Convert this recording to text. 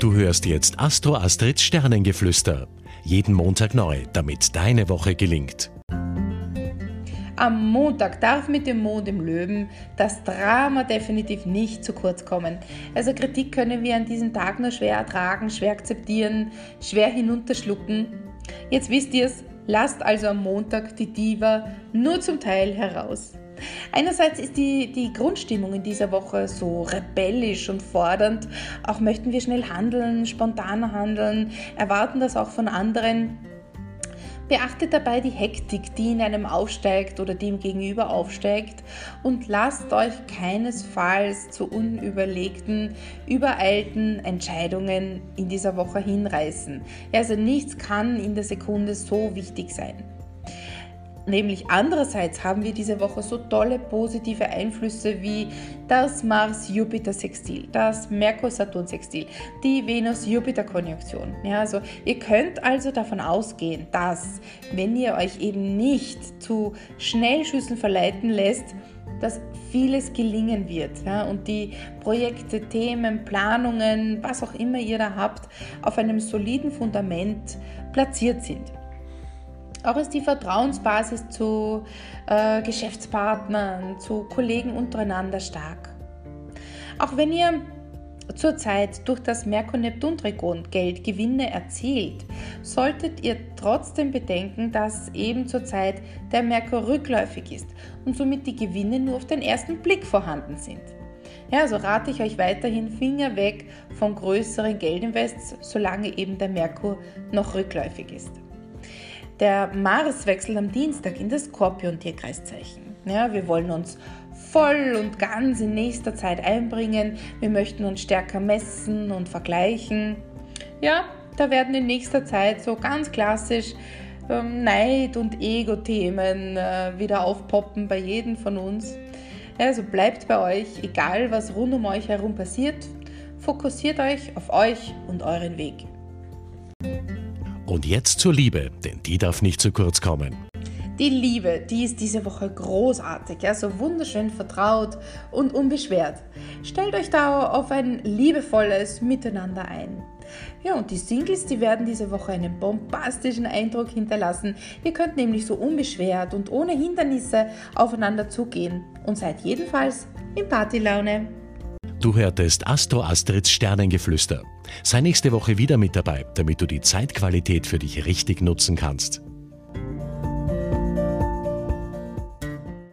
Du hörst jetzt Astro Astrids Sternengeflüster. Jeden Montag neu, damit deine Woche gelingt. Am Montag darf mit dem Mond im Löwen das Drama definitiv nicht zu kurz kommen. Also Kritik können wir an diesem Tag nur schwer ertragen, schwer akzeptieren, schwer hinunterschlucken. Jetzt wisst ihr es, lasst also am Montag die Diva nur zum Teil heraus. Einerseits ist die Grundstimmung in dieser Woche so rebellisch und fordernd. Auch möchten wir schnell handeln, spontaner handeln, erwarten das auch von anderen. Beachtet dabei die Hektik, die in einem aufsteigt oder dem Gegenüber aufsteigt, und lasst euch keinesfalls zu unüberlegten, übereilten Entscheidungen in dieser Woche hinreißen. Also nichts kann in der Sekunde so wichtig sein. Nämlich andererseits haben wir diese Woche so tolle positive Einflüsse wie das Mars-Jupiter-Sextil, das Merkur-Saturn-Sextil, die Venus-Jupiter-Konjunktion. Ja, also ihr könnt also davon ausgehen, dass, wenn ihr euch eben nicht zu Schnellschüssen verleiten lässt, dass vieles gelingen wird, ja, und die Projekte, Themen, Planungen, was auch immer ihr da habt, auf einem soliden Fundament platziert sind. Auch ist die Vertrauensbasis zu Geschäftspartnern, zu Kollegen untereinander stark. Auch wenn ihr zurzeit durch das Merkur-Neptun-Trigon Geldgewinne erzielt, solltet ihr trotzdem bedenken, dass eben zurzeit der Merkur rückläufig ist und somit die Gewinne nur auf den ersten Blick vorhanden sind. Ja, also rate ich euch weiterhin Finger weg von größeren Geldinvests, solange eben der Merkur noch rückläufig ist. Der Mars wechselt am Dienstag in das Skorpion-Tierkreiszeichen. Ja, wir wollen uns voll und ganz in nächster Zeit einbringen. Wir möchten uns stärker messen und vergleichen. Ja, da werden in nächster Zeit so ganz klassisch Neid- und Ego-Themen wieder aufpoppen bei jedem von uns. Ja, also bleibt bei euch, egal was rund um euch herum passiert. Fokussiert euch auf euch und euren Weg. Und jetzt zur Liebe, denn die darf nicht zu kurz kommen. Die Liebe, die ist diese Woche großartig, ja, so wunderschön vertraut und unbeschwert. Stellt euch da auf ein liebevolles Miteinander ein. Ja, und die Singles, die werden diese Woche einen bombastischen Eindruck hinterlassen. Ihr könnt nämlich so unbeschwert und ohne Hindernisse aufeinander zugehen und seid jedenfalls in Partylaune. Du hörtest Astro Astrids Sternengeflüster. Sei nächste Woche wieder mit dabei, damit du die Zeitqualität für dich richtig nutzen kannst.